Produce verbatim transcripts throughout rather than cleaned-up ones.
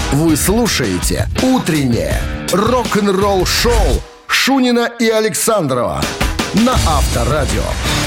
Вы слушаете «Утреннее рок-н-ролл-шоу» Шунина и Александрова на Авторадио.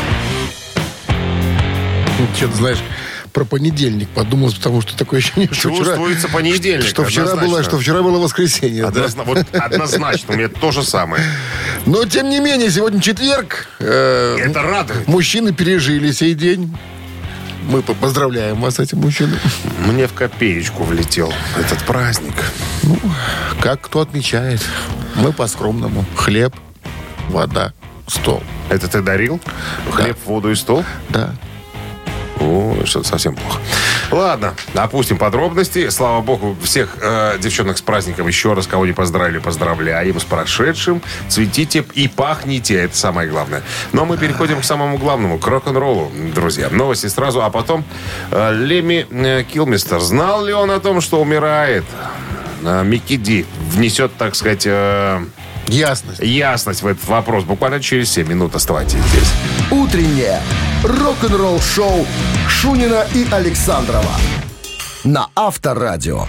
Что-то, знаешь, про понедельник подумал, потому что такое ощущение, что вчера... Чувствуется понедельник, что вчера, было, что вчера было воскресенье. Однозна... Да? Вот однозначно, у меня то же самое. Но, тем не менее, сегодня четверг. Э, Это радует. Мужчины пережили сей день. Мы поздравляем вас с этим, мужчиной. Мне в копеечку влетел этот праздник. Ну, как кто отмечает. Мы по-скромному. Хлеб, вода, стол. Это ты дарил? Хлеб, да. Воду и стол? Да. О, что-то совсем плохо. Ладно, опустим подробности. Слава богу, всех э, девчонок с праздником еще раз, кого не поздравили, поздравляем с прошедшим. Цветите и пахните, это самое главное. Но мы переходим к самому главному, к рок-н-роллу, друзья. Новости сразу, а потом э, Лемми э, Килмистер. Знал ли он о том, что умирает? Э, Микки Ди внесет, так сказать... Э, Ясность. Ясность в этот вопрос. Буквально через семь минут оставайтесь здесь. Утреннее рок-н-ролл-шоу Шунина и Александрова на Авторадио.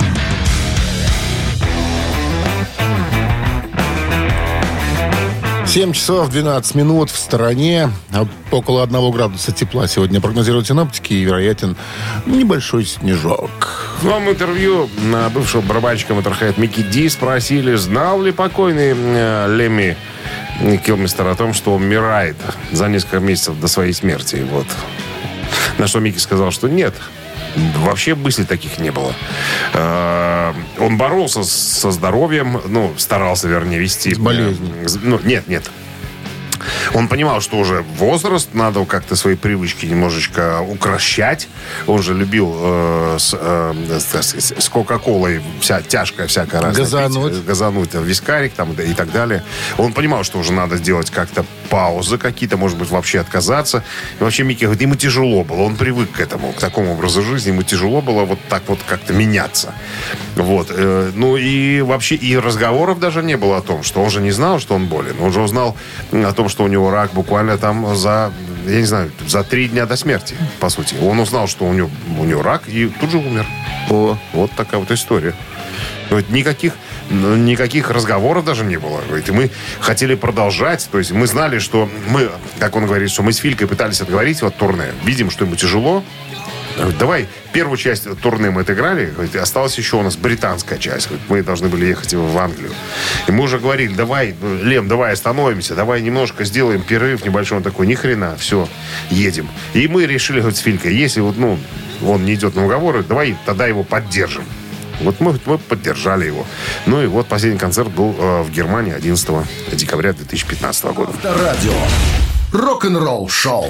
семь часов двенадцать минут в стороне. Около одного градуса тепла сегодня прогнозируют синоптики и вероятен небольшой снежок. В новом интервью бывшего барабанщика Motorhead Микки Ди спросили, знал ли покойный э, Лемми Килмистер о том, что умирает за несколько месяцев до своей смерти. Вот. На что Микки сказал, что нет. Вообще мыслей таких не было. Э, он боролся со здоровьем, ну, старался, вернее, вести... С болезнью. Ну, нет, нет. Он понимал, что уже возраст, надо как-то свои привычки немножечко укрощать. Он же любил э, с, э, с, с Кока-Колой вся тяжкая всякая разная. Газануть. Пить, газануть, вискарик там и так далее. Он понимал, что уже надо сделать как-то паузы какие-то, может быть, вообще отказаться. И вообще Микки говорит, ему тяжело было. Он привык к этому, к такому образу жизни. Ему тяжело было вот так вот как-то меняться. Вот. Э, ну и вообще и разговоров даже не было о том, что он же не знал, что он болен. Он же узнал о том, что у него рак буквально там за, я не знаю, за три дня до смерти, по сути. Он узнал, что у него, у него рак, и тут же умер. О, вот такая вот история. Говорит, никаких, никаких разговоров даже не было. Говорит, и мы хотели продолжать. То есть мы знали, что мы, как он говорит, что мы с Филькой пытались отговорить вот турне. Видим, что ему тяжело. Давай, первую часть турне мы отыграли, осталась еще у нас британская часть. Мы должны были ехать в Англию. И мы уже говорили, давай, Лем, давай остановимся, давай немножко сделаем перерыв небольшой. Он такой, ни хрена, все, едем. И мы решили, говорит, с Филькой, если вот, ну, он не идет на уговоры, давай тогда его поддержим. Вот мы, мы поддержали его. Ну и вот последний концерт был э, в Германии одиннадцатого декабря две тысячи пятнадцатого года. Авторадио. Рок-н-ролл шоу.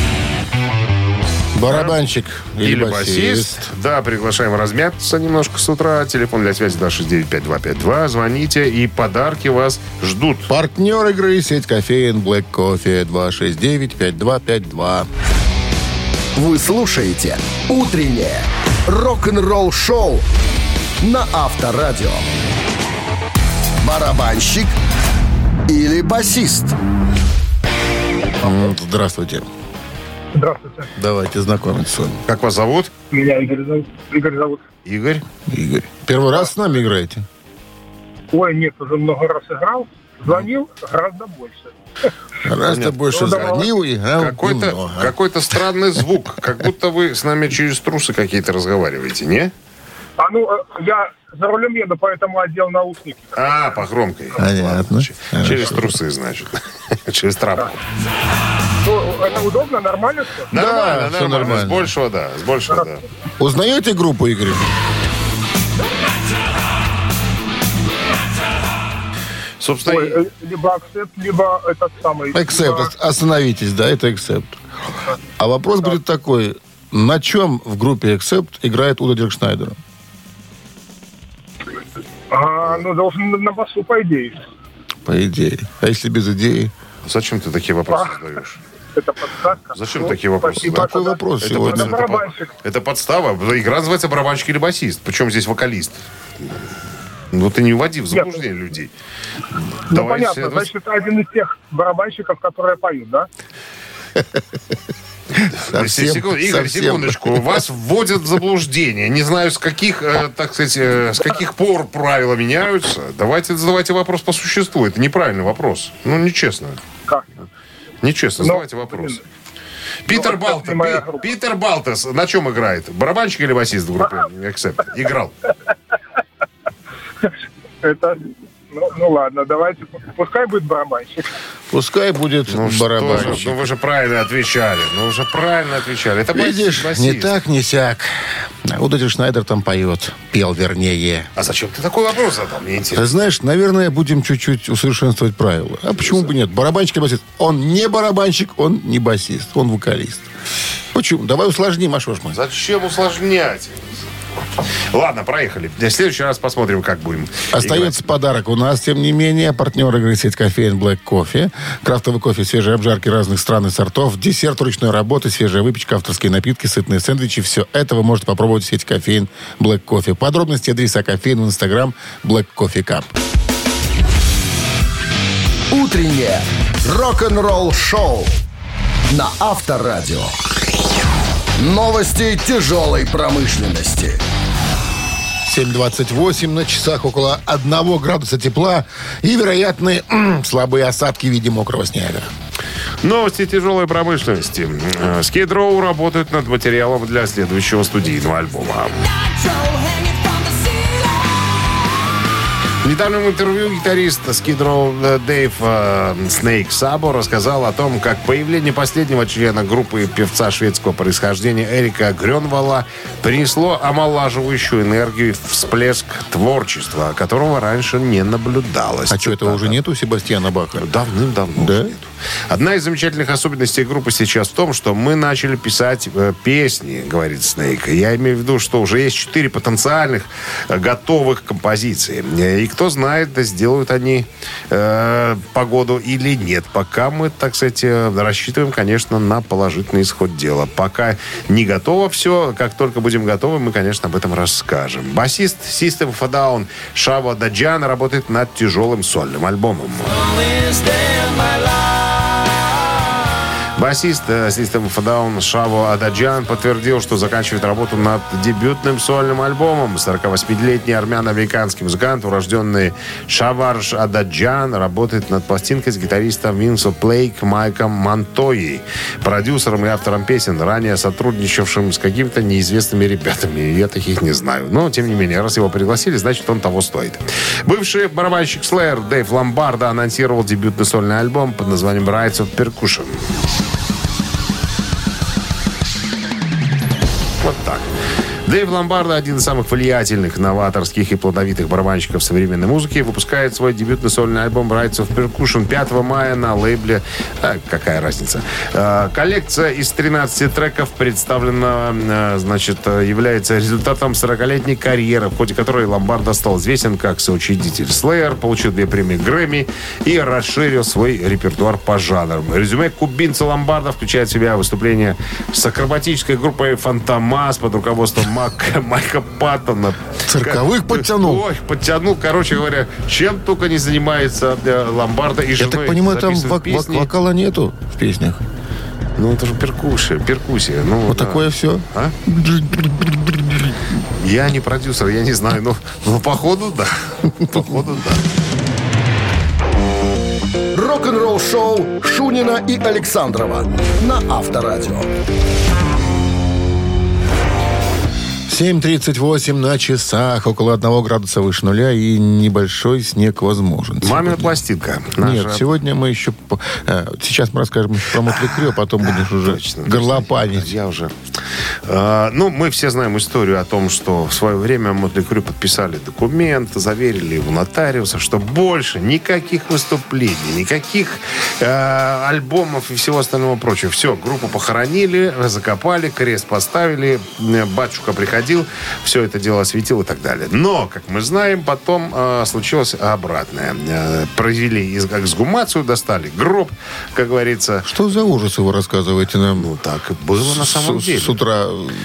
Барабанщик или, или басист. басист. Да, приглашаем размяться немножко с утра. Телефон для связи два шесть девять пять два пять два. Звоните, и подарки вас ждут. Партнер игры — сеть кофеин Black Coffee. Два шесть девять пять два пять два. Вы слушаете «Утреннее рок-н-ролл шоу» на Авторадио. Барабанщик или басист? Здравствуйте. Здравствуйте. Давайте знакомиться с вами. Как вас зовут? Меня Игорь зовут. Игорь зовут. Игорь? Игорь. Первый раз с нами играете? Ой, нет, уже много раз играл. Звонил гораздо больше. Гораздо Нет. больше Ну, звонил и играл Какой-то, немного. какой-то странный звук. Как будто вы с нами через трусы какие-то разговариваете, не? А ну, я за рулем еду, поэтому одел наушники. А, по громкой. Понятно. Ладно, через трусы, значит. Через трапку. Ну, это удобно, нормально все? Нормально, всё нормально. нормально. С большего, да. С большего, да. Узнаете группу, Игорь? Собственно, Ой, э, либо акцепт, либо этот самый... Эксепт. либо- Остановитесь, да, это Эксепт. А вопрос будет такой. На чем в группе Эксепт играет Удо Диркшнайдер? А, ну, должен на басу, по идее. По идее. А если без идеи? зачем ты такие вопросы задаешь? Это подсказка. Зачем Ну, такие вопросы? спасибо. Такой вопрос Это, сегодня. это, это, барабанщик. это подстава. Игра называется барабанщик или басист. Причем здесь вокалист. Ну, ты не вводи в заблуждение людей. Ну, Давай понятно. все- Значит, это один из тех барабанщиков, которые поют, да? Совсем, Секунд- Игорь, совсем. секундочку. Вас вводят в заблуждение. Не знаю, с каких, э, так сказать, э, с каких пор правила меняются. Давайте задавайте вопрос по существу. Это неправильный вопрос. Ну, нечестно. Как? Нечестно. Ну, Задавайте вопрос. Питер Ну, Балтес. это не моя Пи- группа. Питер Балтес на чем играет? Барабанщик или басист в группе Accept? Играл. Это... Ну, ну ладно, давайте. Пускай будет барабанщик. Пускай будет Ну, что же, барабанщик. ну вы же правильно отвечали. Ну вы же правильно отвечали. Это басист, Видишь, басист. не так, не сяк. А вот эти Шнайдер там поет. Пел, вернее. А зачем ты такой вопрос задал? Мне Ты интересно. знаешь, наверное, будем чуть-чуть усовершенствовать правила. А почему бы нет? Барабанщик и басист. Он не барабанщик, он не басист, он вокалист. Почему? Давай усложним, а шо ж мы? Зачем усложнять? Ладно, проехали. В следующий раз посмотрим, как будем. Остается подарок у нас, тем не менее. Партнер игры сеть кофеин Black Coffee. Крафтовый кофе, свежие обжарки разных стран и сортов, десерт ручной работы, свежая выпечка, авторские напитки, сытные сэндвичи. Все это вы можете попробовать в сети кофеин Black Coffee. Подробности адреса кофеин в инстаграм Black Coffee Cup. Утреннее рок-н-ролл-шоу на Авторадио. Новости тяжелой промышленности. семь двадцать восемь на часах, около одного градуса тепла и вероятны м, слабые осадки в виде мокрого снега. Новости тяжелой промышленности. Э, Skid Row работают над материалом для следующего студийного альбома. В недавнем интервью гитарист Skid Row Дэйв э, Снейк Сабо рассказал о том, как появление последнего члена группы певца шведского происхождения Эрика Грёнвалла принесло омолаживающую энергию и всплеск творчества, которого раньше не наблюдалось. А что, этого уже нету у Себастьяна Баха? Давным-давно Да? уже нету. Одна из замечательных особенностей группы сейчас в том, что мы начали писать э, песни, говорит Снейк. Я имею в виду, что уже есть четыре потенциальных э, готовых композиции. И кто знает, да сделают они э, погоду или нет. Пока мы, так сказать, э, рассчитываем, конечно, на положительный исход дела. Пока не готово все. Как только будем готовы, мы, конечно, об этом расскажем. Басист System of a Down Шаво Даджан работает над тяжелым сольным альбомом. Басист э, System of a Down Шаво Ададжан подтвердил, что заканчивает работу над дебютным сольным альбомом. сорокавосьмилетний армяно-американский музыкант, урожденный Шаварш Ададжан, работает над пластинкой с гитаристом Винсо Плейк Майком Монтойей, продюсером и автором песен, ранее сотрудничавшим с какими-то неизвестными ребятами. Я таких не знаю. Но, тем не менее, раз его пригласили, значит, он того стоит. Бывший барабанщик Slayer Дэйв Ломбардо анонсировал дебютный сольный альбом под названием Rights of Percussion. Вот так. Дэйв Ломбардо, один из самых влиятельных, новаторских и плодовитых барабанщиков современной музыки, выпускает свой дебютный сольный альбом Rights of Percussion пятого мая на лейбле... А, какая разница? А, коллекция из тринадцати треков представлена, а, значит, является результатом сорокалетней карьеры, в ходе которой Ломбардо стал известен как соучредитель Slayer, получил две премии Грэмми и расширил свой репертуар по жанрам. Резюме кубинца Ломбардо включает в себя выступления с акробатической группой «Фантомас» под руководством Мак, Майка Паттона. Цирковых подтянул. Ой, подтянул. Короче говоря, чем только не занимается э, Ломбардо и Я женой. так понимаю, там записывают вок- вок- песни. вокала нету в песнях. Ну, это же перкуссия. Перкуссия. Ну, Вот да. такое все. А? Я не продюсер, я не знаю. Ну, ну походу, да. Походу, да. Рок-н-ролл-шоу Шунина и Александрова на Авторадио. семь тридцать восемь на часах, около одного градуса выше нуля и небольшой снег возможен. Мамина сегодня. пластинка. Нет, Наша- сегодня мы еще... по- э, Сейчас мы расскажем еще про Мотли Крю, а потом будешь уже Точно, горлопанить. Я уже. А, ну, мы все знаем историю о том, что в свое время Мотли Крю подписали документ, заверили его нотариуса, что больше никаких выступлений, никаких э, альбомов и всего остального прочего. Все, группу похоронили, закопали, крест поставили, э, батюшка приходил, все это дело осветил и так далее. Но, как мы знаем, потом э, случилось обратное. Э, провели из- эксгумацию, достали гроб, как говорится. Что за ужасы вы рассказываете нам? Ну, так и было на самом с, деле. С утра.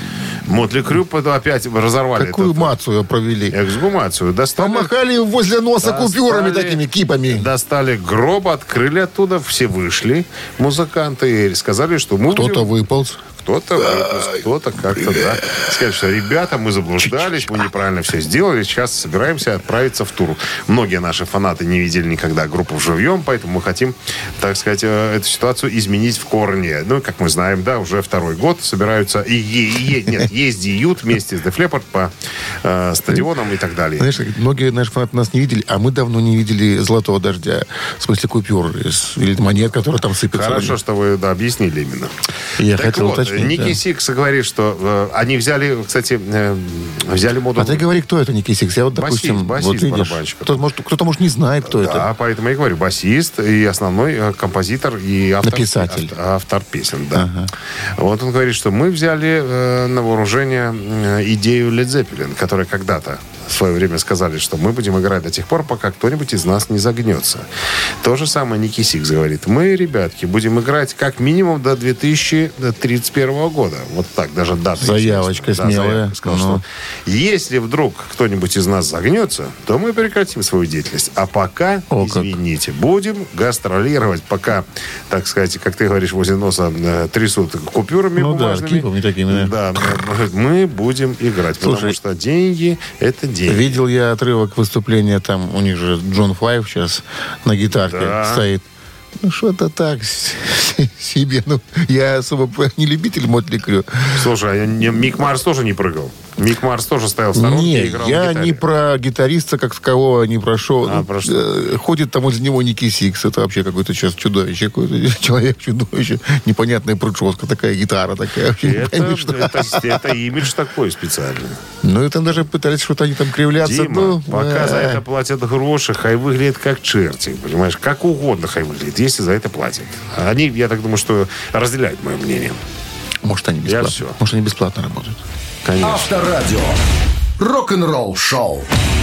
Мотли Крю опять разорвали. Какую этот, мацию провели? Эксгумацию. Достали, Помахали возле носа достали, купюрами такими, кипами. Достали гроб, открыли оттуда, все вышли, музыканты, и сказали, что мы Кто-то будем... выполз. Кто-то выпуск, кто-то как-то, да. Сказать, что ребята, мы заблуждались, мы неправильно все сделали, сейчас собираемся отправиться в тур. Многие наши фанаты не видели никогда группу вживьем, поэтому мы хотим, так сказать, эту ситуацию изменить в корне. Ну, как мы знаем, да, уже второй год собираются и, и, и нет, ездят вместе с Def Leppard по э, стадионам и так далее. Знаешь, многие наши фанаты нас не видели, а мы давно не видели «Золотого дождя». В смысле купюр из, или монет, которые там сыпятся. Хорошо, что вы да, объяснили именно. Я так хотел вот, уточнить. Ники да. Сикс говорит, что э, они взяли, кстати, э, взяли моду... А ты говори, кто это Ники Сикс? Я вот, допустим, басист, вот басист видишь, барабанщик. кто-то может, кто-то, может, не знает, кто да, это. поэтому я говорю, басист и основной э, композитор и автор, Написатель. автор, автор песен, да. Ага. Вот он говорит, что мы взяли э, на вооружение э, идею Led Zeppelin, которая когда-то в свое время сказали, что мы будем играть до тех пор, пока кто-нибудь из нас не загнется. То же самое Ники Сикс говорит. Мы, ребятки, будем играть как минимум до две тысячи тридцать первого года. Вот так, даже дата. Заявочка да, смелая. заявка. Сказал, Ну. что если вдруг кто-нибудь из нас загнется, то мы прекратим свою деятельность. А пока, О, как. извините, будем гастролировать, пока, так сказать, как ты говоришь, возле носа э, трясут купюрами Ну да, бумажными. кипами такими, да. Да, мы будем играть, Слушай, потому что деньги — это деньги. Видел я отрывок выступления, там у них же Джон Файв сейчас на гитарке Да. стоит. Ну, что-то так с- себе. Ну, я особо не любитель Мотли Крю. Слушай, а не- Мик Марс тоже не прыгал? Мик Марс тоже стоял в сторонке Не, и играл я на гитаре. не про гитариста как такового, не про шоу. А, Ну, про что? э, Ходит там возле него Ники Сикс. Это вообще какое-то сейчас чудовище. Какой-то человек-чудовище. Непонятная прическа, такая гитара такая. Вообще не Это, пойми, что. это, это имидж такой специальный. Ну, и там даже пытались что-то они там кривляться. Дима, ну, пока э, за это платят гроши, хай выглядит как черти. Понимаешь, как угодно хай выглядит, если за это платят. Они, я так думаю, что разделяют мое мнение. Может, они Я бесплатно. всё. Может, они бесплатно работают. Конечно. Авторадио. Рок-н-ролл шоу.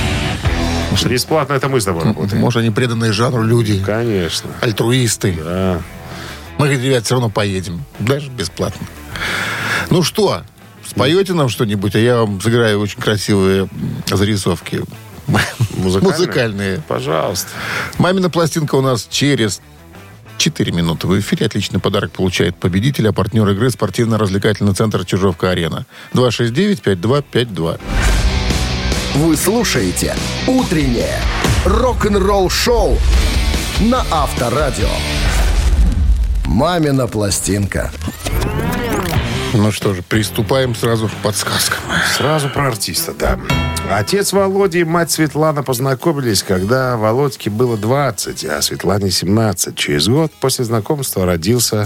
Бесплатно это мы с тобой работаем. Может, они преданные жанру люди. Конечно. Альтруисты. Да. Мы, говорит, ребят, все равно поедем. Даже бесплатно. Ну что, споете нам что-нибудь, а я вам сыграю очень красивые зарисовки. Музыкальные? Музыкальные. Пожалуйста. Мамина пластинка у нас через четыре минуты в эфире. Отличный подарок получает победитель, а партнер игры — спортивно-развлекательный центр «Чижовка-арена». два шесть девять пять два пять два. Вы слушаете «Утреннее рок-н-ролл-шоу» на Авторадио. «Мамина пластинка». Ну что же, приступаем сразу к подсказкам. Сразу про артиста, да. Отец Володи и мать Светлана познакомились, когда Володьке было двадцать, а Светлане семнадцать. Через год после знакомства родился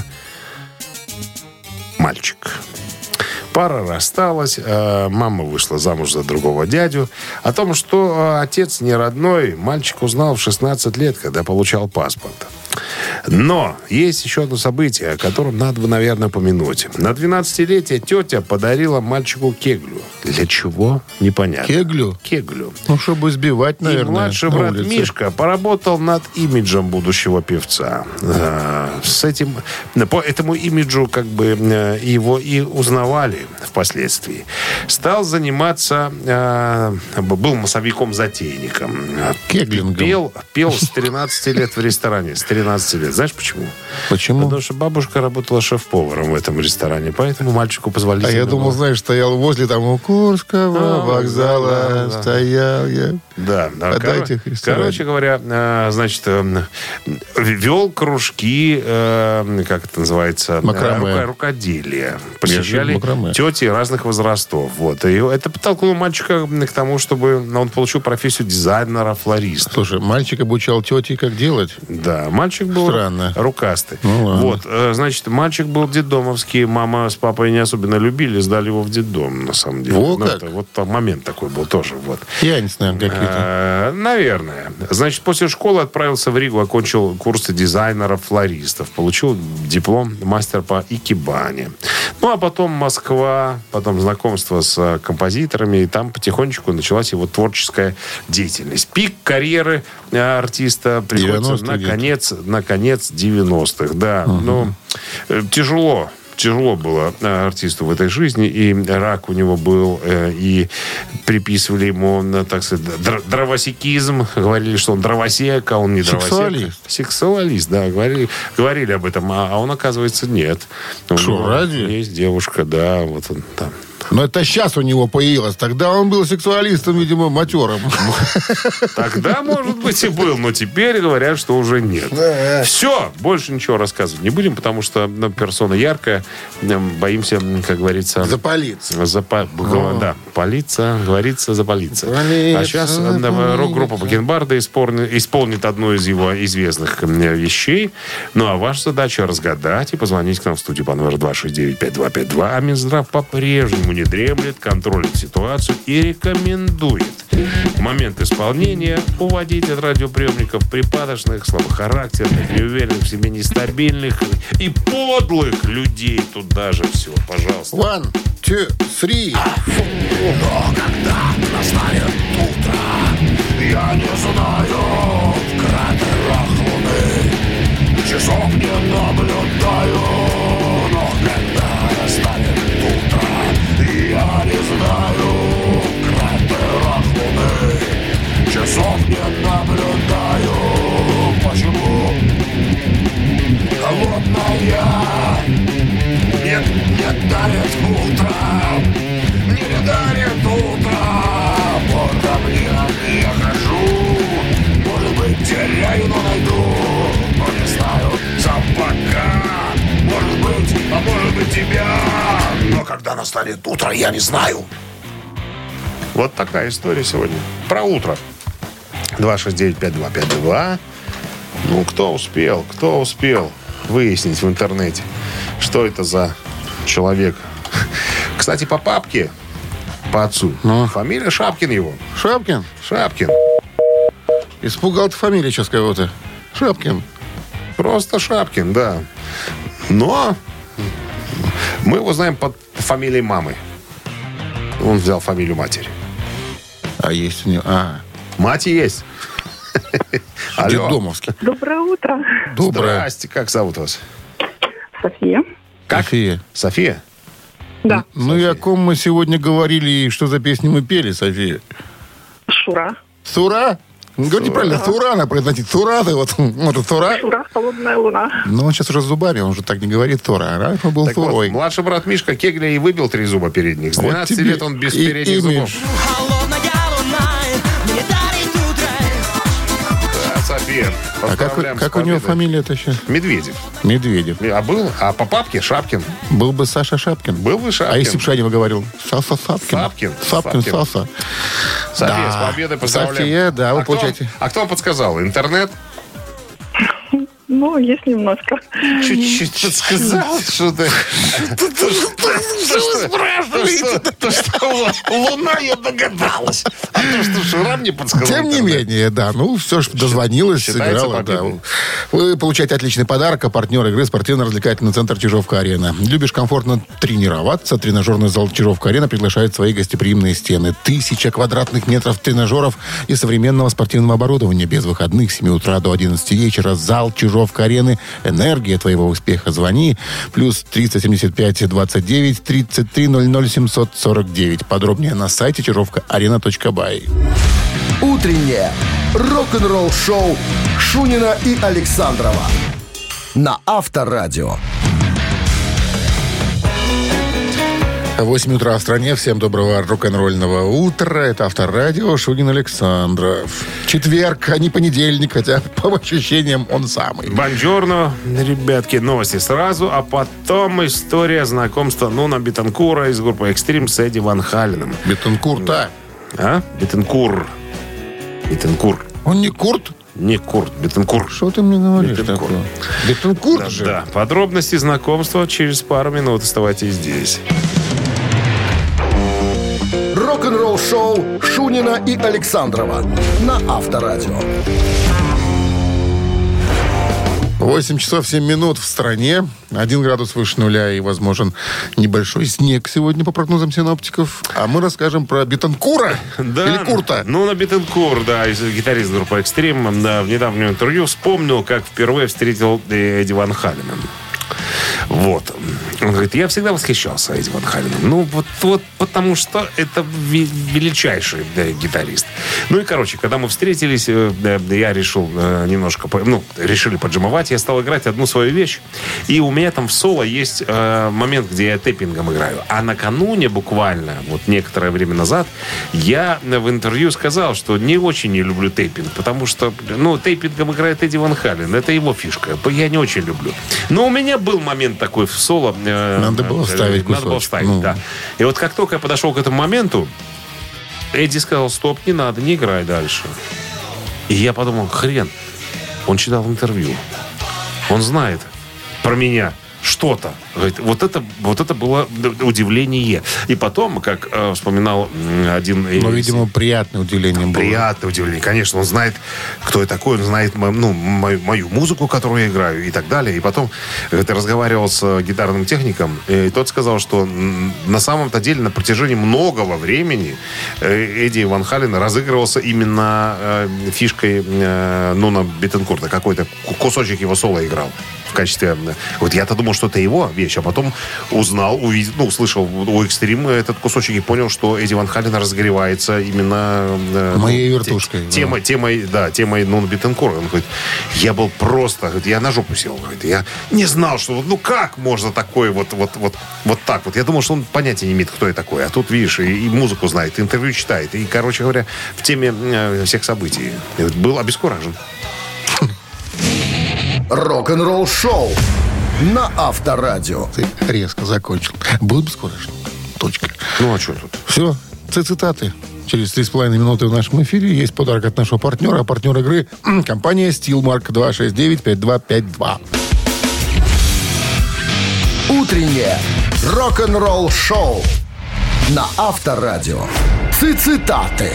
мальчик. Пара рассталась, э, мама вышла замуж за другого дядю. О том, что э, отец не родной, мальчик узнал в шестнадцать лет, когда получал паспорт. Но есть еще одно событие, о котором надо бы, наверное, помянуть. На двенадцатилетие тетя подарила мальчику кеглю. Для чего? Непонятно. Кеглю? Кеглю. Ну, чтобы сбивать, наверное, И младший на брат улице. Мишка поработал над имиджем будущего певца. А, С этим, по этому имиджу как бы э, его и узнавали впоследствии. Стал заниматься, а, был массовиком-затейником. Кеглингом. Пел, пел с тринадцати лет в ресторане. С тринадцати лет. Знаешь почему? Почему? Потому что бабушка работала шеф-поваром в этом ресторане. Поэтому мальчику позволили. А я думал, знаешь, стоял возле там у Курского А, вокзала, да, да. стоял я. Да, да. А Кор- дайте их ресторан. Короче говоря, э, значит, э, вел кружки, э, как это называется, Макраме. э, рука- рукоделие. Посещали макраме. тети разных возрастов. Вот. И это подтолкнуло мальчика к тому, чтобы он получил профессию дизайнера-флориста. Слушай, мальчик обучал тети, как делать. Да, мальчик был Странно. рукастый. Ну, ладно. Вот, э, значит, мальчик был детдомовский, мама с папой не особенно любили, сдали его в детдом, на самом деле. Во Ну, как? это вот там момент такой был тоже, вот. Пьяницы, наверное, какие-то. Э, Наверное. Значит, после школы отправился в Ригу, окончил курсы дизайнеров-флористов, получил диплом мастер по икебане. Ну, а потом Москва, потом знакомство с э, композиторами, и там потихонечку началась его творческая деятельность. Пик карьеры э, артиста приходится девяностые на где-то. конец, на конец девяностых. Да, ну, э, тяжело. тяжело было артисту в этой жизни, и рак у него был, и приписывали ему, так сказать, дровосекизм, говорили, что он дровосек, а он не дровосек. Сексуалист. Сексуалист, да, говорили, говорили об этом, а он, оказывается, нет. Что, ради? Есть девушка, да, вот он там. Но это сейчас у него появилось. Тогда он был сексуалистом, видимо, матерым. Тогда, может быть, и был, но теперь говорят, что уже нет. Все, больше ничего рассказывать не будем, потому что ну, персона яркая. Боимся, как говорится... Запалиться. Запа... Да, палиться, говорится, запалиться. А сейчас рок-группа Бакенбарда исполнит, исполнит одну из его известных вещей. Ну, а ваша задача разгадать и позвонить к нам в студию по номеру два шесть девять пять два пять два. А Минздрав по-прежнему не дремлет, контролит ситуацию и рекомендует в момент исполнения уводить от радиоприемников припадочных, слабохарактерных, неуверенных в себе, нестабильных и подлых людей. Тут даже все, пожалуйста. One, two, three. Но когда настанет утро, я не знаю, в кратерах луны часов не наблюдаю. Но когда настанет утро, я не знаю, в кратерах луны часов не наблюдаю. Почему холодная нет, не дарит утро, не дарит утро. По камням я хожу, может быть, теряю, но найду. Но не знаю, сам пока, может быть, а может быть тебя. Но когда настанет утро, я не знаю. Вот такая история сегодня. Про утро. два шесть девять пять два пять два. Ну, кто успел, кто успел выяснить в интернете, что это за человек. Кстати, по папке, по отцу, ну? Фамилия Шапкин его. Шапкин? Шапкин. Испугал ты фамилию сейчас кого-то. Шапкин. Просто Шапкин, да. Но мы его знаем под фамилией мамы. Он взял фамилию матери. А есть у него... А. Мать есть. Детдомовский. Доброе утро. Доброе. Здрасте, как зовут вас? София. Как? София. София? Да. Ну и о ком мы сегодня говорили, и что за песни мы пели, София? Шура. Сура? Говорите правильно, Сура надо произносить. Сура, ты вот, вот Сура. Шура, холодная луна. Но он сейчас уже с зубами, он уже так не говорит Тура. А раньше он был Так вот, Турой. младший брат Мишка Кегля и выбил три зуба передних. С Вот двенадцати тебе лет он без и передних имидж. зубов. Да, София, А как, поздравляем как с у него победой. фамилия-то сейчас? Медведев. Медведев. А был? А по папке Шапкин. Был бы Саша Шапкин. Был бы Шапкин. А если бы Шанева говорил? Саса Сапкин. Сапкин. Сапкин, Сапкин. Саса. София, Да. с победой поздравляем. София, да, вы а кто вам- получаете. А кто вам подсказал? Интернет? Ну, есть немножко. Чуть-чуть подсказал, что ты... Что вы спрашиваете? То, что Луна, я догадалась. А то, что Шура мне подсказал. Тем не интернет. менее, да, ну все же дозвонилась, Считается сыграла. Да. победой. Вы получаете отличный подарок, а партнер игры спортивно-развлекательный центр Чижовка-Арена. Любишь комфортно тренироваться? Тренажерный зал Чижовка-Арена приглашает в свои гостеприимные стены. Тысяча квадратных метров тренажеров и современного спортивного оборудования. Без выходных с семи утра до одиннадцати вечера. Зал Чижовка-Арены. Энергия твоего успеха. Звони. Плюс триста семьдесят пять двадцать девять тридцать три ноль ноль семьсот сорок девять. Подробнее на сайте чижовка арена точка бай. Утреннее рок-н-ролл-шоу Шунина и Александрова на Авторадио. восемь утра в стране. Всем доброго рок-н-ролльного утра. Это Авторадио, Шунин Александров. Четверг, а не понедельник, хотя по ощущениям он самый. Бонжорно, ребятки, новости сразу, а потом история знакомства Нуна Бетанкура из группы Экстрим с Эдди Ван Халеном. Бетанкур-то. А? Бетанкур. Бетанкур. Он не Курт? Не Курт, Бетанкур. Что ты мне говоришь Бетанкур. такое? Бетанкур Да, же. да. Подробности знакомства через пару минут. Оставайтесь здесь. Рок-н-ролл-шоу Шунина и Александрова на Авторадио. восемь часов семь минут в стране. Один градус выше нуля и возможен небольшой снег сегодня по прогнозам синоптиков. А мы расскажем про Бетанкура или Курта. Ну, на Бетанкур, да, гитарист группы Экстрим, да, в недавнем интервью вспомнил, как впервые встретил Эдди Ван Халена. Вот. Он говорит, я всегда восхищался Эдди Ван Халленом. Ну, вот, вот потому что это величайший да, гитарист. Ну и, короче, когда мы встретились, я решил немножко, ну, решили поджимовать, я стал играть одну свою вещь. И у меня там в соло есть э, момент, где я тэппингом играю. А накануне буквально, вот некоторое время назад, я в интервью сказал, что не очень не люблю тэппинг, потому что, ну, тэппингом играет Эдди Ван Халлен. Это его фишка. Я не очень люблю. Но у меня был момент такой в соло. Э, надо было вставить кусочек. Надо было вставить, ну. да. И вот как только я подошел к этому моменту, Эдди сказал, стоп, не надо, не играй дальше. И я подумал, хрен, он читал интервью. Он знает про меня что-то. Говорит, вот это, вот это было удивление. И потом, как э, вспоминал один... Ну, видимо, приятное удивление было. Приятное удивление. Конечно, он знает, кто я такой, он знает ну, мою, мою музыку, которую я играю и так далее. И потом ты разговаривал с гитарным техником, и тот сказал, что на самом-то деле на протяжении многого времени Эдди Ван Халлен разыгрывался именно э, фишкой э, Нуна Беттенкурта. Какой-то кусочек его соло играл в качестве... Вот я-то думал, что это его вещь, а потом узнал, увидел, ну, услышал у Экстрим этот кусочек и понял, что Эдди Ван Халлен разогревается именно... Э, Моей ну, вертушкой. Те, темой, темой, да, темой Нуна Беттенкурта. Он говорит, я был просто... Говорит, я на жопу сел. Говорит, я не знал, что... Ну, как можно такое вот, вот, вот, вот так вот? Я думал, что он понятия не имеет, кто я такой. А тут, видишь, и, и музыку знает, и интервью читает. И, короче говоря, в теме э, всех событий. Был обескуражен. Рок-н-ролл шоу на Авторадио. Ты резко закончил. Был бы скоро. Точка. Ну, а что тут? Все. Цитаты. Через три с половиной минуты в нашем эфире есть подарок от нашего партнера. А партнер игры – компания Steelmark два шесть девять пять два пять два. Утреннее рок-н-ролл шоу на Авторадио. Цитаты.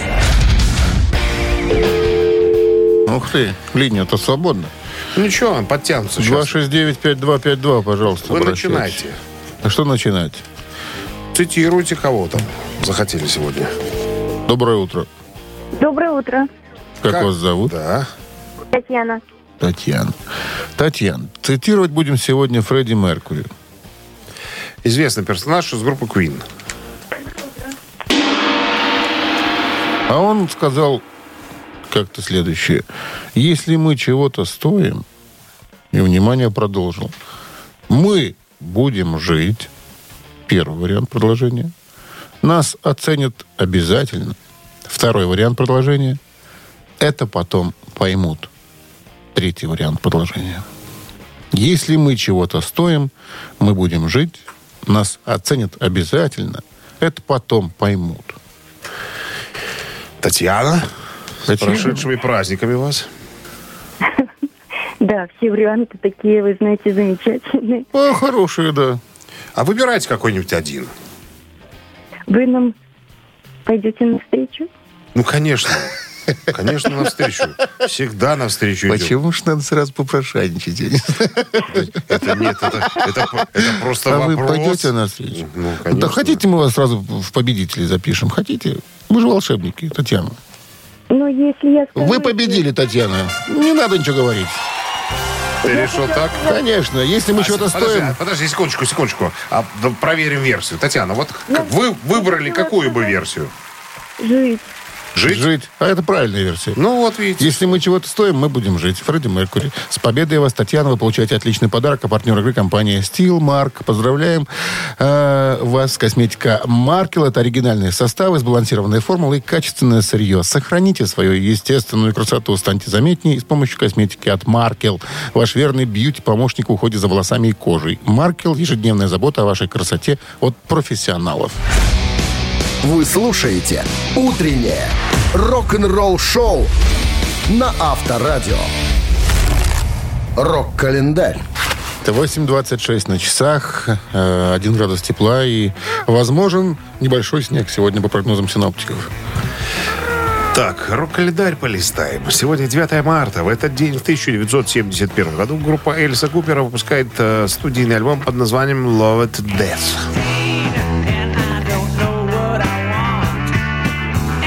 Ух ты, линия-то свободна. Ну, ничего, подтянутся два сейчас. шесть девять пять два пять два, пожалуйста. Вы обращайтесь. начинайте. А что начинать? Цитируйте кого-то. Захотели сегодня. Доброе утро. Доброе утро. Как, Как? вас зовут? Да. Татьяна. Татьяна. Татьяна, цитировать будем сегодня Фредди Меркьюри. Известный персонаж из группы Queen. А он сказал как-то следующее. Если мы чего-то стоим, и, внимание, продолжил, мы будем жить, первый вариант предложения, нас оценят обязательно, второй вариант предложения, это потом поймут, третий вариант предложения. Если мы чего-то стоим, мы будем жить, нас оценят обязательно, это потом поймут. Татьяна, с Татьяна. прошедшими праздниками вас. Да, все варианты такие, вы знаете, замечательные. О, хорошие, да. А выбирайте какой-нибудь один. Вы нам пойдете навстречу? Ну, конечно. Конечно, навстречу. Всегда навстречу идем. Почему ж надо сразу попрошайничать? Я не знаю. Это нет, это, это, это просто А вопрос. вы пойдете навстречу? Ну, конечно. Да хотите, мы вас сразу в победителей запишем? Хотите? Вы же волшебники, Татьяна. Ну, если я скажу... Вы победили, Татьяна. Не надо ничего говорить. Ты решил так? Конечно, если мы А, чего-то подожди, стоим... а, Подожди, секундочку, секундочку. А, да, проверим версию. Татьяна, вот как вы выбрали какую бы версию? Жить. Жить? Жить. А это правильная версия. Ну, вот видите. Если мы чего-то стоим, мы будем жить. Фредди Меркьюри. С победой вас, Татьяна. Вы получаете отличный подарок. А партнер игры компания Steelmark. Поздравляем э, вас. Косметика Маркел. Это оригинальные составы, сбалансированная формула и качественное сырье. Сохраните свою естественную красоту. Станьте заметнее с помощью косметики от Маркел. Ваш верный бьюти-помощник в уходе за волосами и кожей. Маркел. Ежедневная забота о вашей красоте от профессионалов. Вы слушаете «Утреннее рок-н-ролл-шоу» на Авторадио. Рок-календарь. восемь двадцать шесть на часах, один градус тепла и возможен небольшой снег сегодня по прогнозам синоптиков. Так, рок-календарь полистаем. Сегодня девятое марта. В этот день, в тысяча девятьсот семьдесят первом году, группа Элиса Купера выпускает э, студийный альбом под названием «Love It to Death».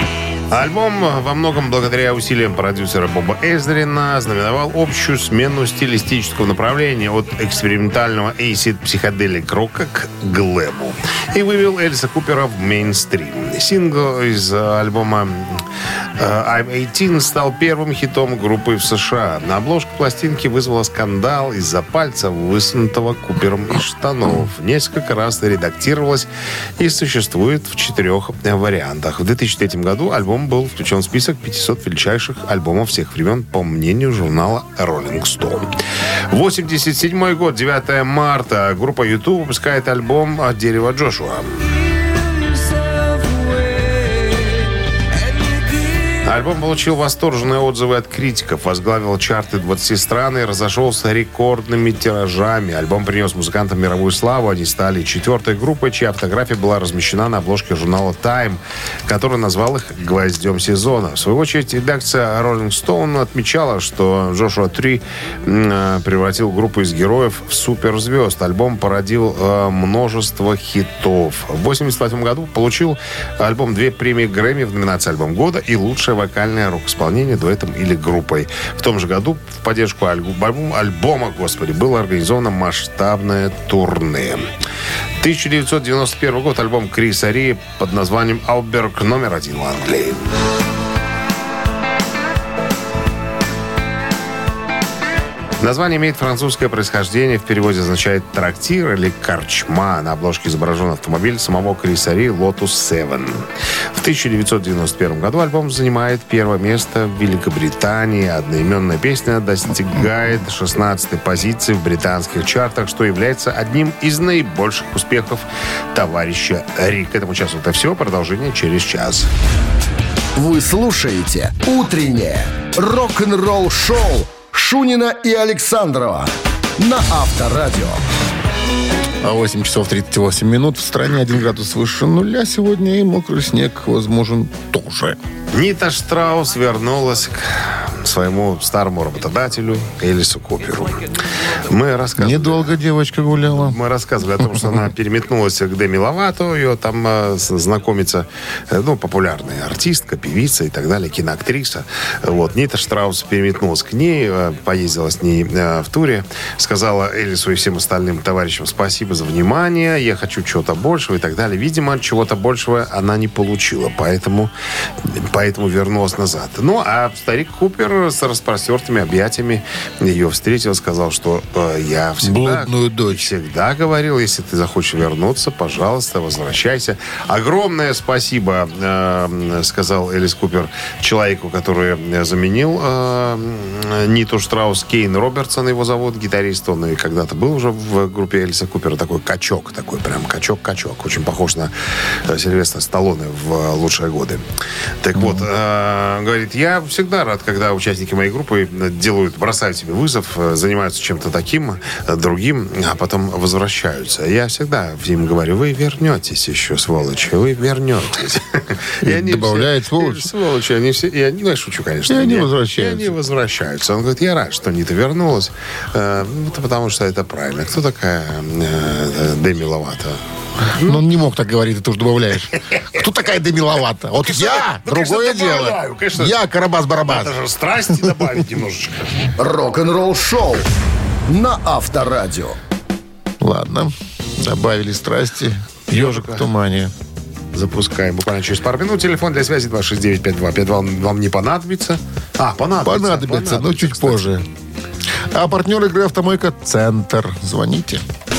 Альбом во многом благодаря усилиям продюсера Боба Эзрина знаменовал общую смену стилистического направления от экспериментального acid психоделик рока к глэму и вывел Элиса Купера в мейнстрим. Сингл из альбома I'm eighteen стал первым хитом группы в США. На обложке пластинки вызвала скандал из-за пальца, высунутого Купером из штанов. Несколько раз редактировалась и существует в четырех вариантах. В две тысячи третьем году альбом был включен в список пятисот величайших альбомов всех времен по мнению журнала Rolling Stone. восемьдесят седьмой год, девятого марта, группа ю ту выпускает альбом «Дерево Джошуа». Альбом получил восторженные отзывы от критиков, возглавил чарты двадцати стран и разошелся рекордными тиражами. Альбом принес музыкантам мировую славу. Они стали четвертой группой, чья фотография была размещена на обложке журнала Time, который назвал их «Гвоздем сезона». В свою очередь, редакция Rolling Stone отмечала, что Joshua три превратил группу из героев в суперзвезд. Альбом породил э, множество хитов. В восемьдесят восьмом году получил альбом две премии Грэмми в номинации «Альбом года» и «Лучшее вокальное рок-исполнение дуэтом или группой». В том же году в поддержку альбома, альбома господи, было организовано масштабное турне. тысяча девятьсот девяносто первый год, альбом Криса Ри под названием «Алберг номер один» в Англии. Название имеет французское происхождение. В переводе означает «трактир» или «корчма». На обложке изображен автомобиль самого Криса Ри «Lotus семь». В тысяча девятьсот девяносто первом году альбом занимает первое место в Великобритании. Одноименная песня достигает шестнадцатой позиции в британских чартах, что является одним из наибольших успехов товарища Ри. К этому часу это все. Продолжение через час. Вы слушаете «Утреннее рок-н-ролл-шоу» Шунина и Александрова на Авторадио. А восемь часов тридцать восемь минут. В стране один градус выше нуля сегодня, и мокрый снег возможен тоже. Нита Штраус вернулась к своему старому работодателю Элису Куперу. Мы рассказывали... Недолго девочка гуляла. Мы рассказывали о том, что она переметнулась к Деми Ловато, ее там э, знакомится, э, ну, популярная артистка, певица и так далее, киноактриса. Вот. Нита Штраус переметнулась к ней, э, поездила с ней э, в туре, сказала Элису и всем остальным товарищам спасибо за внимание, я хочу чего-то большего и так далее. Видимо, чего-то большего она не получила, поэтому, поэтому вернулась назад. Ну, а старик Купер с распростертыми объятиями ее встретил, сказал, что э, я всегда, дочь. всегда говорил, если ты захочешь вернуться, пожалуйста, возвращайся. Огромное спасибо, э, сказал Элис Купер, человеку, который заменил э, Ниту Штраус, Кейн Робертсон его зовут, гитарист. Он и когда-то был уже в группе Элиса Купера, такой качок, такой прям качок-качок, очень похож на э, Сильвестра Сталлоне в лучшие годы. Так mm-hmm. вот, э, говорит, я всегда рад, когда участники моей группы делают, бросают себе вызов, занимаются чем-то таким, другим, а потом возвращаются. Я всегда им говорю, вы вернетесь еще, сволочи, вы вернетесь. И они добавляет сволочь. Сволочи, они все, я не шучу, конечно. И они возвращаются. И они возвращаются. Он говорит, я рад, что Нита вернулась, потому что это правильно. Кто такая Деми Ловато? Ну, он не мог так говорить, ты тоже добавляешь. Кто такая Деми Ловато? Вот я, другое дело. Я Карабас-Барабас. Это же страсти добавить немножечко. Рок-н-ролл-шоу на Авторадио. Ладно, добавили страсти. Ежик в тумане. Запускаем буквально через пару минут. Телефон для связи два шесть девять пять два пять два вам не понадобится. А, понадобится. Понадобится, понадобится но чуть кстати. позже. А партнер игры «Автомойка Центр». Звоните.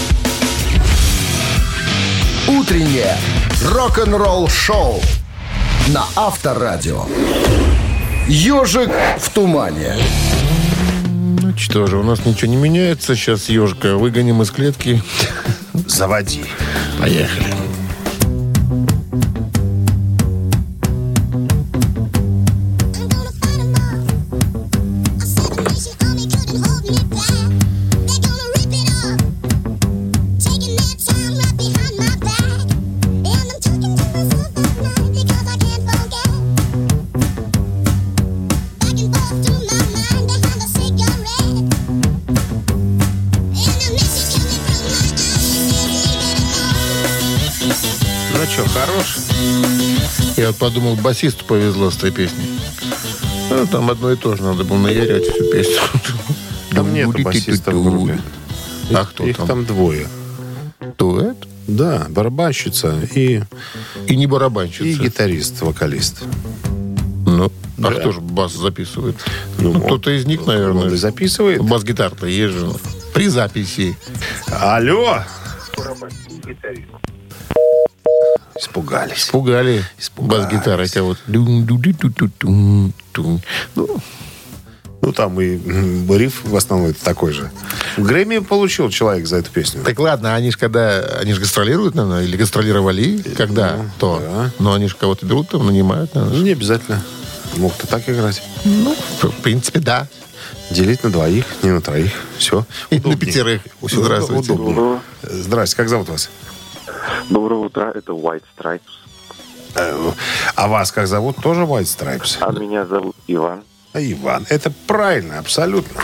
Утреннее рок-н-ролл-шоу на Авторадио. «Ежик в тумане». Ну что же, у нас ничего не меняется. Сейчас ежика выгоним из клетки. Заводи. Поехали. Я вот подумал, басисту повезло с этой песней. Ну, там одно и то же, надо было наярять всю песню. Там нету басиста в группе. А кто Их там? там двое. Дуэт? Да, барабанщица и, И не барабанщица. и гитарист, вокалист. Ну, а Да. кто же бас записывает? Ну, Ну, он- кто-то из них, Он и наверное. записывает. Бас-гитар-то есть же. При записи. Алло! Испугались. Пугали Испугались. бас-гитарой кого-то. Дун-ду-ду-ду-ду-дун. Ну, Ну, там и м, риф в основном это такой же. Грэмми получил человек за эту песню. так ладно, они же когда... Они же гастролируют, наверное, или гастролировали, когда то. да. Но они же кого-то берут, там, нанимают, Ну, наверное. не обязательно. Мог ты так играть. Ну, в принципе, да. Делить на двоих, не на троих. Все. И на пятерых. Всё Здравствуйте. удобно. Здрасте, как зовут вас? Доброе утро, это White Stripes. Э, А вас как зовут? Тоже White Stripes? А меня зовут Иван. А Иван. Это правильно, абсолютно.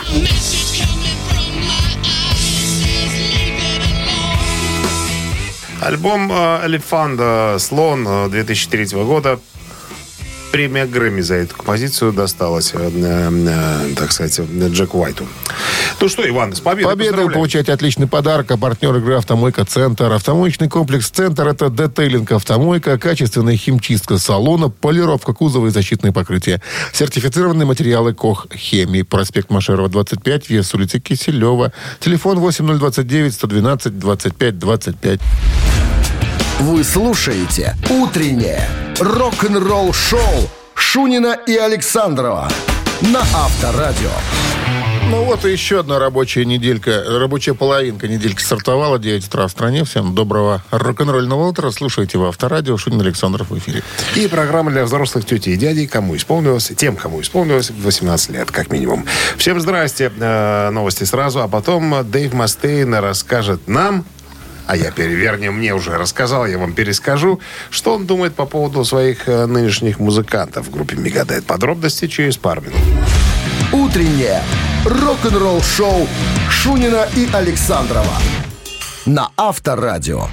Альбом э, «Элефант», э, «Слон» э, две тысячи третьего года. Премия Грэмми за эту композицию досталась, э, э, так сказать, Джеку Уайту. Ну что, Иван, с победой Победа, вы поздравляем. получаете отличный подарок. А партнер игры «Автомойка Центр». Автомоечный комплекс «Центр» — это детейлинг «Автомойка», качественная химчистка салона, полировка кузова и защитные покрытия. Сертифицированные материалы «Кох Хемии». Проспект Машерова, двадцать пять, вес улицы Киселева. Телефон восемь ноль двадцать девять сто двенадцать двадцать пять двадцать пять. Вы слушаете «Утреннее рок-н-ролл-шоу» Шунина и Александрова на Авторадио. Ну вот и еще одна рабочая неделька, рабочая половинка недельки стартовала. девять утра в стране. Всем доброго рок-н-ролльного утра. Слушайте в Авторадио. Шунин, Александров в эфире. И программа для взрослых тети и дядей, кому исполнилось, тем, кому исполнилось восемнадцать лет, как минимум. Всем здрасте. Э, новости сразу, а потом Дэйв Мастейн расскажет нам, а я, вернее, мне уже рассказал, я вам перескажу, что он думает по поводу своих э, нынешних музыкантов в группе Мегадет. Подробности через пару минут. Утреннее рок-н-ролл-шоу Шунина и Александрова на Авторадио.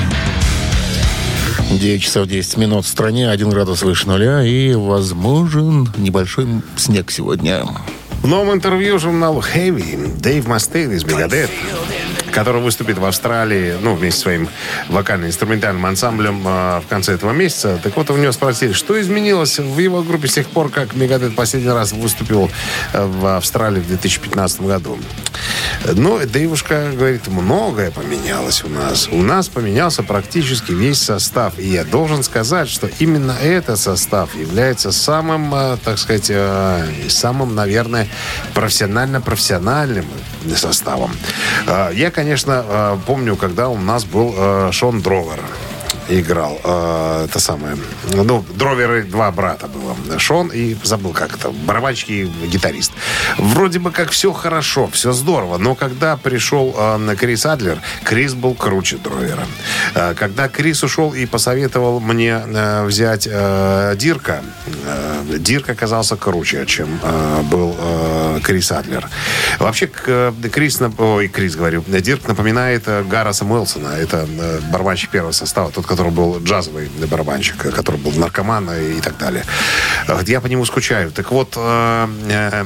девять часов десять минут в стране, один градус выше нуля и возможен небольшой снег сегодня. В новом интервью журналу Heavy Дэйв Мастейн из Мегадет, который выступит в Австралии, ну, вместе со своим вокально-инструментальным ансамблем э, в конце этого месяца. Так вот, у него спросили, что изменилось в его группе с тех пор, как Мегадет последний раз выступил э, в Австралии в две тысячи пятнадцатом году. Ну, Дэйвушка говорит, многое поменялось у нас. У нас поменялся практически весь состав. И я должен сказать, что именно этот состав является самым, э, так сказать, э, самым, наверное, профессионально-профессиональным составом. Э, я, конечно, э, помню, когда у нас был э, Шон Дровер. Играл э, это самое. Ну, Дроверы два брата было. Шон и забыл как это. Барабанщик и гитарист. Вроде бы как все хорошо, все здорово. Но когда пришел э, Крис Адлер, Крис был круче Дровера. Э, когда Крис ушел и посоветовал мне э, взять э, Дирка, э, Дирк оказался круче, чем э, был э, Крис Адлер. Вообще, к, Крис, ой, Крис говорю, Дирк напоминает э, Гарраса Мэлсона. Это э, барабанщик первого состава, тот, который был джазовый барабанщик, который был наркоман и так далее. Я по нему скучаю. Так вот, э, э,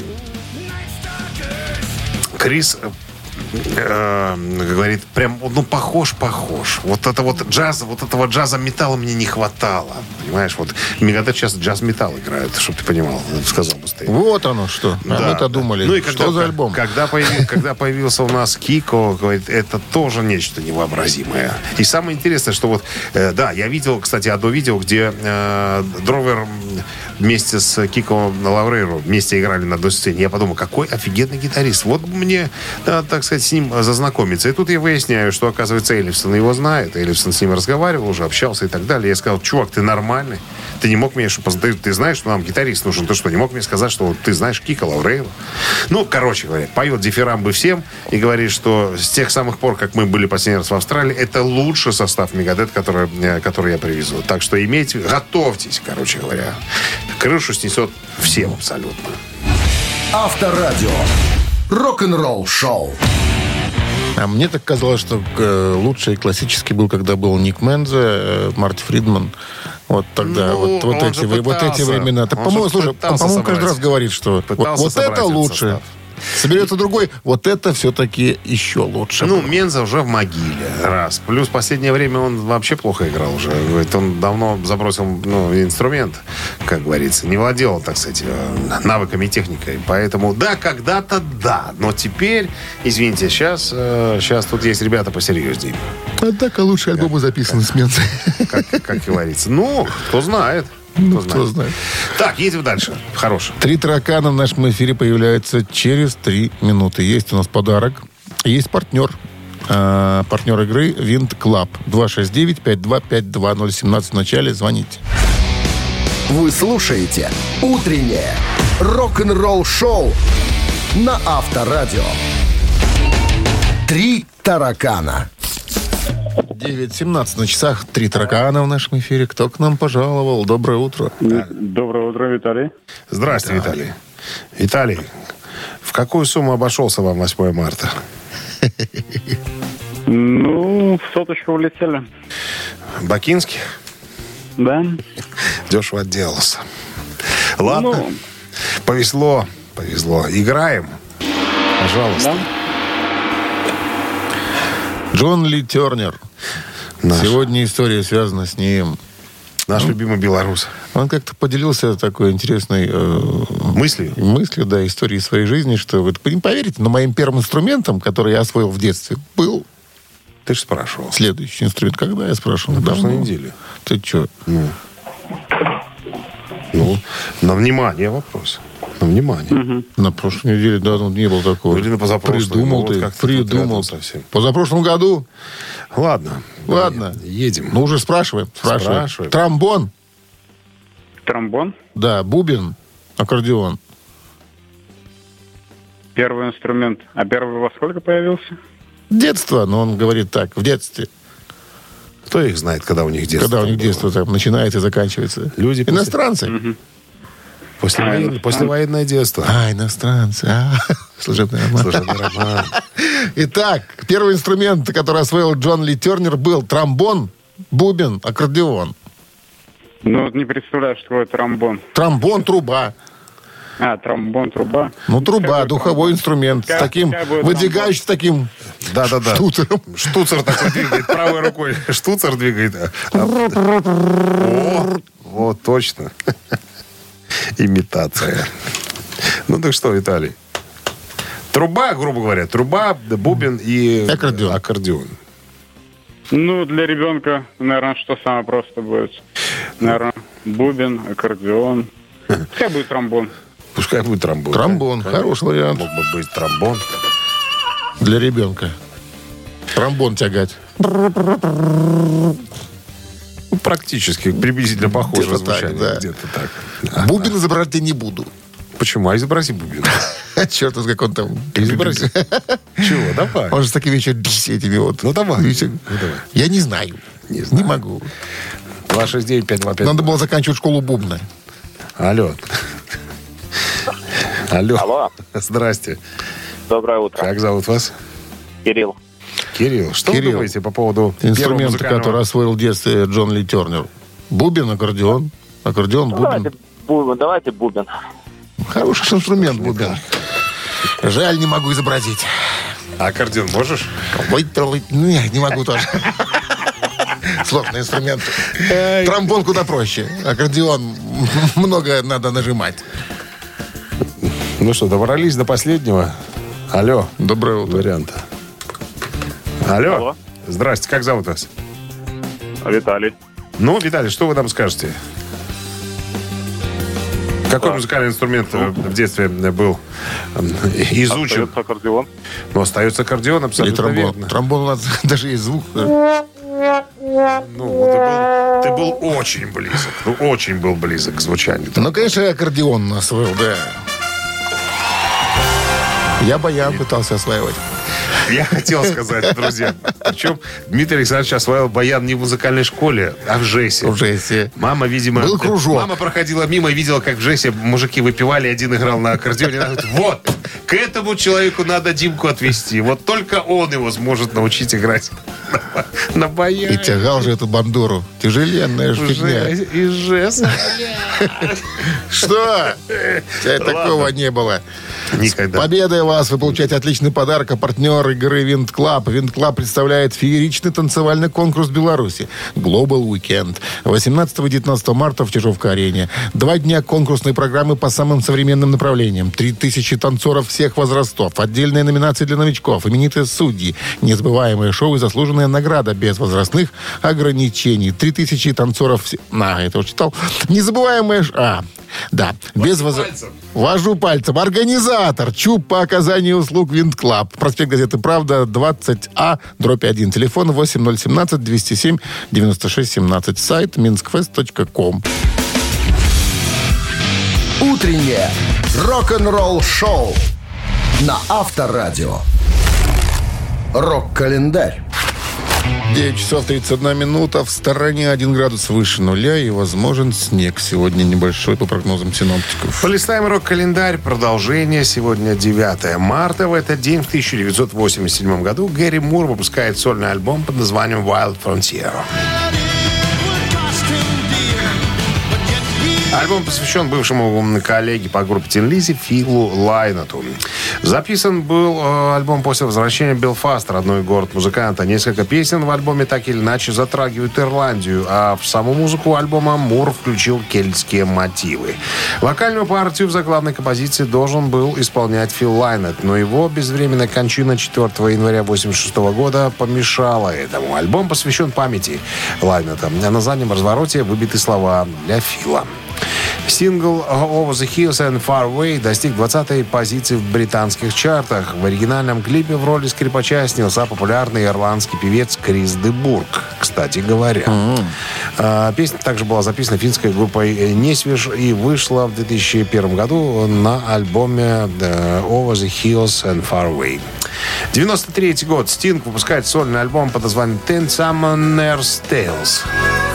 Крис э, говорит, прям, ну, похож, похож. Вот это вот джаз, вот этого джаза-металла мне не хватало. Понимаешь, вот Мегадет сейчас джаз-металл играют, чтобы ты понимал, сказал бы Стейн. Вот оно что. А Да, мы-то да. думали, Ну и что когда, за альбом? Когда, появи- когда появился у нас Кико, говорит, это тоже нечто невообразимое. И самое интересное, что вот, э, да, я видел, кстати, одно видео, где э, Дровер вместе с Кико Лаврейро вместе играли на одной сцене. Я подумал, какой офигенный гитарист. Вот бы мне, да, так сказать, с ним зазнакомиться. И тут я выясняю, что, оказывается, Эллифсон его знает. Эллифсон с ним разговаривал уже, общался и так далее. Я сказал, чувак, ты нормальный? Ты не мог мне, что ты, ты знаешь, что нам гитарист нужен? Ты что, не мог мне сказать, что вот ты знаешь Кико Лаврейро? Ну, короче говоря, поет дифирамбы всем и говорит, что с тех самых пор, как мы были последний раз в Австралии, это лучший состав Мегадет, который, который я привезу. Так что имейте, готовьтесь, короче говоря. Крышу снесет всем абсолютно. Авторадио. Рок-н-ролл шоу. А мне так казалось, что э, лучший классический был, когда был Ник Мензе, э, Марти Фридман. Вот тогда, Ну, вот, вот, он эти, же вы- вот эти пытался. времена. Так, Он по-моему, же слушай, он, пытался по-моему, каждый собрать. раз говорит, что вот, Пытался вот собрать это этот лучше. состав. Соберется другой, вот это все-таки еще лучше. Ну, было. Менза уже в могиле, раз. Плюс в последнее время он вообще плохо играл уже. Говорит, он давно забросил ну, инструмент, как говорится. Не владел, так сказать, э, навыками и техникой. Поэтому, да, когда-то да. Но теперь, извините, сейчас, э, сейчас тут есть ребята посерьезнее. А так, а лучше альбомы записаны с Мензой. Как, как говорится. Ну, кто знает. Кто, Ну, знает. кто знает. Так, едем дальше. Хороший. Три таракана в нашем эфире появляются через три минуты. Есть у нас подарок. Есть партнер. А, партнер игры Винт Клаб. два шесть девять пять два пять два ноль семнадцать в начале. Звоните. Вы слушаете «Утреннее рок-н-ролл-шоу» на Авторадио. «Три таракана». девять семнадцать на часах. Три таракана в нашем эфире. Кто к нам пожаловал? Доброе утро. Доброе утро, Виталий. Здравствуйте, Виталий. Виталий, в какую сумму обошелся вам восьмое марта? Ну, в соточку влетели. Бакинский? Да? Дешево отделался. Ладно. Ну, Повезло. Повезло. Играем. Пожалуйста. да? Джон Ли Тернер. Наш, Сегодня история связана с ним. наш любимый белорус. Он как-то поделился такой интересной э, Мыслью? мыслью, да, историей своей жизни, что вы не поверите, но моим первым инструментом, который я освоил в детстве, был Ты же спрашивал. следующий инструмент. Когда я спрашивал? На прошлой Давно. неделе. Ты что? Ну. Ну, на внимание вопрос. На внимание. На прошлой неделе, да, ну, не было такого. Или на позапрошлой. Придумал Ну, ты, вот как-то тут придумал. рядом совсем. Позапрошлом году? Ладно. Ладно. Едем. Ну, уже спрашиваем. Спрашиваем. Спрашиваем. Тромбон? Тромбон. Да. Бубен? Аккордеон? Первый инструмент. А первый во сколько появился? Детство, но он говорит так, в детстве. Кто их знает, когда у них детство? Когда у них было? детство там начинается и заканчивается. Люди после- Иностранцы. Послевоен- Послевоенное детство. А, иностранцы. А, служебный роман. Слушай, роман. Итак, первый инструмент, который освоил Джон Ли Тернер, был тромбон, бубен, аккордеон. Ну, вот не представляю, что такое тромбон. Тромбон, труба. А, тромбон, труба. Ну, труба, Какой духовой тромбон? инструмент. С Как- таким, как будет выдвигающий с таким Да-да-да. штуцером. Штуцер такой двигает правой рукой. Штуцер двигает. О, вот точно. Имитация. Ну так что, Виталий? Труба, грубо говоря, труба, бубен и Аккордеон. аккордеон. Ну, для ребенка, наверное, что самое просто будет? Наверное, бубен, аккордеон. Пускай будет тромбон. Пускай будет тромбон. Тромбон, да? хороший вариант Мог бы быть тромбон. для ребенка. Тромбон тягать. Ну, практически, приблизительно похоже Где-то так, звучание. да. Где-то так. Да. Бубен изображать я не буду. Почему? А изобрази бубен. Черт, как он там... Изобрази. Чего? Давай. Он же с такими еще этими вот... Ну, давай. Видите? Ну, давай. Я не знаю. Не Не знаю. могу. два шесть девять пять два пять. Надо было заканчивать школу бубна. Алло. Алло. Алло. Здрасте. Доброе утро. Как зовут вас? Кирилл. Кирилл. Что Кирилл. вы думаете по поводу первого Инструмент, музыкального- который освоил в детстве Джон Ли Тернер. Бубен, аккордеон. Аккордеон, бубен. Давайте бубен. Давайте бубен. Хороший инструмент, бубен. Жаль, не могу изобразить. А аккордеон можешь? Ой, троллой. Не, не могу тоже. Сложный инструмент. Тромбон куда проще. Аккордеон много надо нажимать. Ну что, добрались до последнего? Алло. Доброе утро. Варианта. Алло. Алло. Здрасте, как зовут вас? Виталий. Ну, Виталий, что вы нам скажете? Какой музыкальный инструмент э, в детстве был э, изучен? Остается аккордеон. Ну, остается аккордеон, Или абсолютно тромбон. верно. Тромбон у нас даже есть звук. Ну, ты был, ты был очень близок. Ну, очень был близок к звучанию. Ну, конечно, аккордеон у нас был, да. Я баян пытался осваивать. Я хотел сказать, друзья. Причем Дмитрий Александрович освоил баян не в музыкальной школе, а в ЖЭСе. В ЖЭСе. Мама, видимо... Был кружок. Мама проходила мимо и видела, как в ЖЭСе мужики выпивали, один играл на аккордеоне. Она говорит, вот, к этому человеку надо Димку отвезти. Вот только он его сможет научить играть на баяне. И тягал же эту бандуру. Тяжеленная же фигня. Из ЖЭСа. Что? Такого не было. Никогда. С победой вас! Вы получаете отличный подарок. А партнер игры Wind Club. Wind Club представляет фееричный танцевальный конкурс Беларуси. Global Weekend. восемнадцатого и девятнадцатого марта в Чижовка-арене. Два дня конкурсной программы по самым современным направлениям. Три тысячи танцоров всех возрастов. Отдельные номинации для новичков. Именитые судьи. Незабываемые шоу и заслуженная награда без возрастных ограничений. Три тысячи танцоров... вс- А, я это уже читал. Незабываемые... ш- А, да. Без воз... Вожу пальцем. Организатор. ЧУП по оказанию услуг Wind Club. Проспект газеты «Правда», двадцать А, дробь один. Телефон восемь ноль один семь двести семь девяносто шесть семнадцать. Сайт минскфест точка ком. Утреннее рок-н-ролл-шоу на Авторадио. Рок-календарь. девять часов тридцать одна минута. В стороне один градус выше нуля и возможен снег. Сегодня небольшой по прогнозам синоптиков. Полистаем рок-календарь. Продолжение. Сегодня девятое марта. В этот день, в тысяча девятьсот восемьдесят седьмом году, Гэри Мур выпускает сольный альбом под названием «Wild Frontier». Альбом посвящен бывшему коллеге по группе Тин Лиззи Филу Лайнету. Записан был э, альбом после возвращения в Белфаст, родной город музыканта. Несколько песен в альбоме так или иначе затрагивают Ирландию, а в саму музыку альбома Мур включил кельтские мотивы. Вокальную партию в заглавной композиции должен был исполнять Фил Лайнет, но его безвременная кончина четвёртого января восемьдесят шестого года помешала этому. Альбом посвящен памяти Лайнета. На заднем развороте выбиты слова для Фила. Сингл «Over the Hills and Far Away» достиг двадцатой позиции в британских чартах. В оригинальном клипе в роли скрипача снялся популярный ирландский певец Крис де Бург, кстати говоря. Mm-hmm. Песня также была записана финской группой «Несвиж» и вышла в две тысячи первом году на альбоме «Over the Hills and Far Away». девяносто третий год. Стинг выпускает сольный альбом под названием «Ten Summoner's Tales».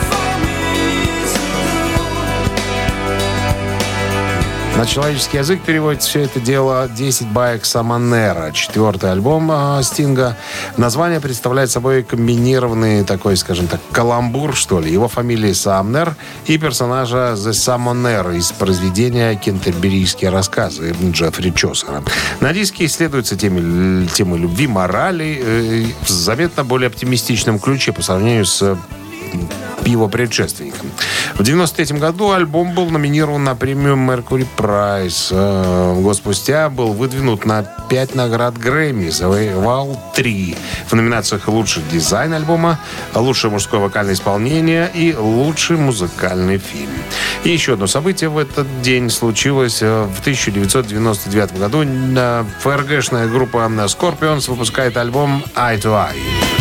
На человеческий язык переводится все это дело «десять баек Самонера». Четвертый альбом э, Стинга. Название представляет собой комбинированный такой, скажем так, каламбур, что ли. Его фамилия Самнер и персонажа The Summoner из произведения «Кентерберийские рассказы» Джеффри Чосера. На диске исследуются темы, темы любви, морали э, в заметно более оптимистичном ключе по сравнению с его предшественником. В девяносто третьем году альбом был номинирован на премию Mercury Prize. Год спустя был выдвинут на пять наград Грэмми, завоевал три в номинациях «Лучший дизайн альбома», «Лучшее мужское вокальное исполнение» и «Лучший музыкальный фильм». И еще одно событие в этот день случилось. В тысяча девятьсот девяносто девятом году ФРГшная группа Scorpions выпускает альбом «Eye to Eye».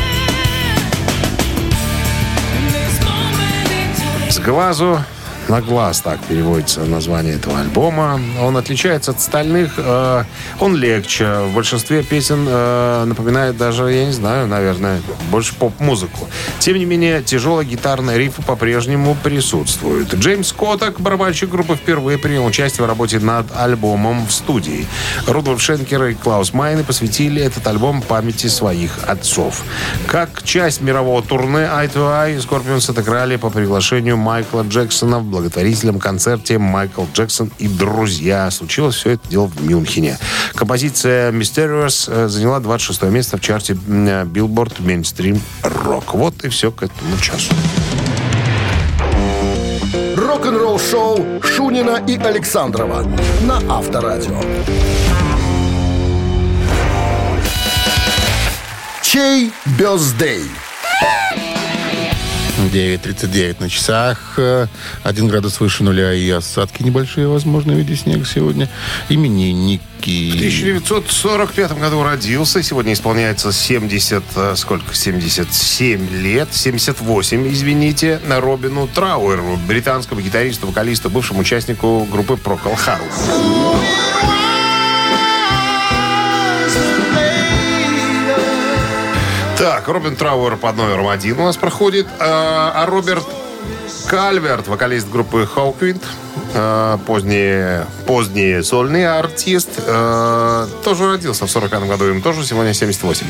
С глазу на глаз, так переводится название этого альбома. Он отличается от остальных. Э, он легче. В большинстве песен э, напоминает даже, я не знаю, наверное, больше поп-музыку. Тем не менее, тяжелые гитарные рифы по-прежнему присутствуют. Джеймс Коттак, барабанщик группы, впервые принял участие в работе над альбомом в студии. Рудольф Шенкер и Клаус Майне посвятили этот альбом памяти своих отцов. Как часть мирового турне «Eye to Eye» Scorpions отыграли по приглашению Майкла Джексона в благотворительном концерте «Майкл Джексон и друзья». Случилось все это дело в Мюнхене. Композиция «Mysterious» заняла двадцать шестое место в чарте Billboard Mainstream Rock. Вот и все к этому часу. Рок-н-ролл-шоу Шунина и Александрова на Авторадио. Чей бёздей? девять тридцать девять на часах. Один градус выше нуля и осадки небольшие, возможно, в виде снега сегодня. Именинники. В тысяча девятьсот сорок пятом году родился. Сегодня исполняется семьдесят... Сколько? семьдесят семь лет. семьдесят восемь, извините. На Робину Трауэру, британскому гитаристу, вокалисту, бывшему участнику группы Procol Harum. Так, Робин Трауэр под номером один у нас проходит. А, а Роберт Кальверт, вокалист группы Hawkwind, э, поздний, поздний сольный артист, э, тоже родился в сорок пятом году, им тоже сегодня семьдесят восемь.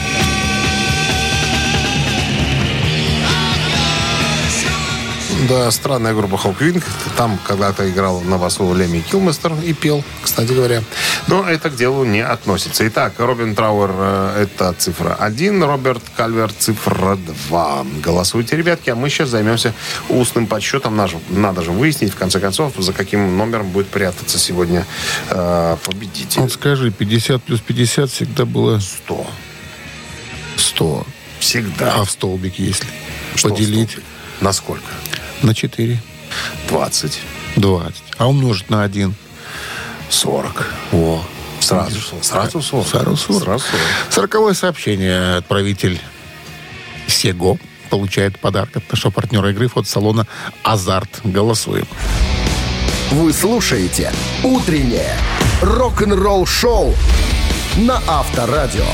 Да, странная группа Hawkwind. Там когда-то играл на басу Лемми Килмистер и пел, кстати говоря. Но это к делу не относится. Итак, Робин Трауэр э, это цифра один, Роберт Кальверт цифра два. Голосуйте, ребятки, а мы сейчас займемся устным подсчетом. Надо, надо же выяснить, в конце концов, за каким номером будет прятаться сегодня э, победитель. Вот скажи, пятьдесят плюс пятьдесят всегда было сто. сто. Всегда. А в столбик, если Что поделить? столбик? На сколько? На четыре. двадцать. двадцать. А умножить на один? сорок. О, сразу, сразу сорок. Сразу сорок. Сразу сорок. Сороковое сообщение. Отправитель Сего получает подарок от нашего партнера игры фотосалона «Азарт». Голосуем. Вы слушаете «Утреннее рок-н-ролл-шоу» на Авторадио.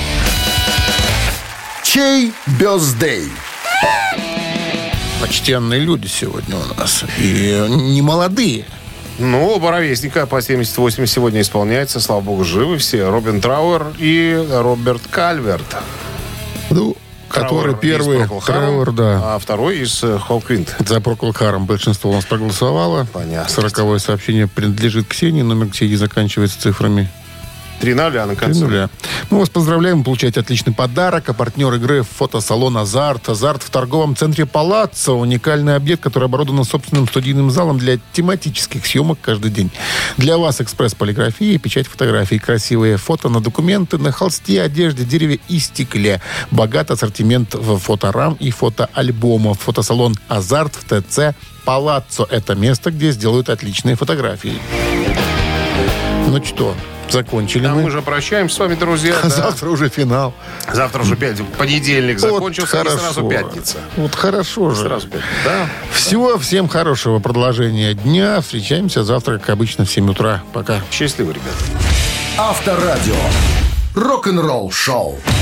Чей бёздей? Почтенные люди сегодня у нас. И не молодые. Ну, оба ровесника по семьдесят восемь сегодня исполняется. Слава богу, живы все. Робин Трауэр и Роберт Кальверт. Ну, который Трауэр первый. из Procol Harum, Трауэр, да. А второй из Hawkwind. За Procol Harum большинство у нас проголосовало. Понятно. Сороковое сообщение принадлежит Ксении. Номер Ксении заканчивается цифрами Три нуля на конце. три нуля. Мы вас поздравляем, получаете отличный подарок. А партнер игры — фотосалон «Азарт». «Азарт» в торговом центре «Палаццо». Уникальный объект, который оборудован собственным студийным залом для тематических съемок каждый день. Для вас экспресс-полиграфия и печать фотографий. Красивые фото на документы, на холсте, одежде, дереве и стекле. Богат ассортимент фоторам и фотоальбомов. Фотосалон «Азарт» в ТЦ «Палаццо». Это место, где сделают отличные фотографии. Ну что... Закончили А мы. мы уже прощаемся с вами, друзья. А да. завтра уже финал. Завтра уже пять, понедельник Вот закончился, хорошо. и сразу пятница. Вот хорошо же. Сразу пятница, да. Всего всем хорошего продолжения дня. Встречаемся завтра, как обычно, в семь утра. Пока. Счастливо, ребята. Авторадио. Рок-н-ролл шоу.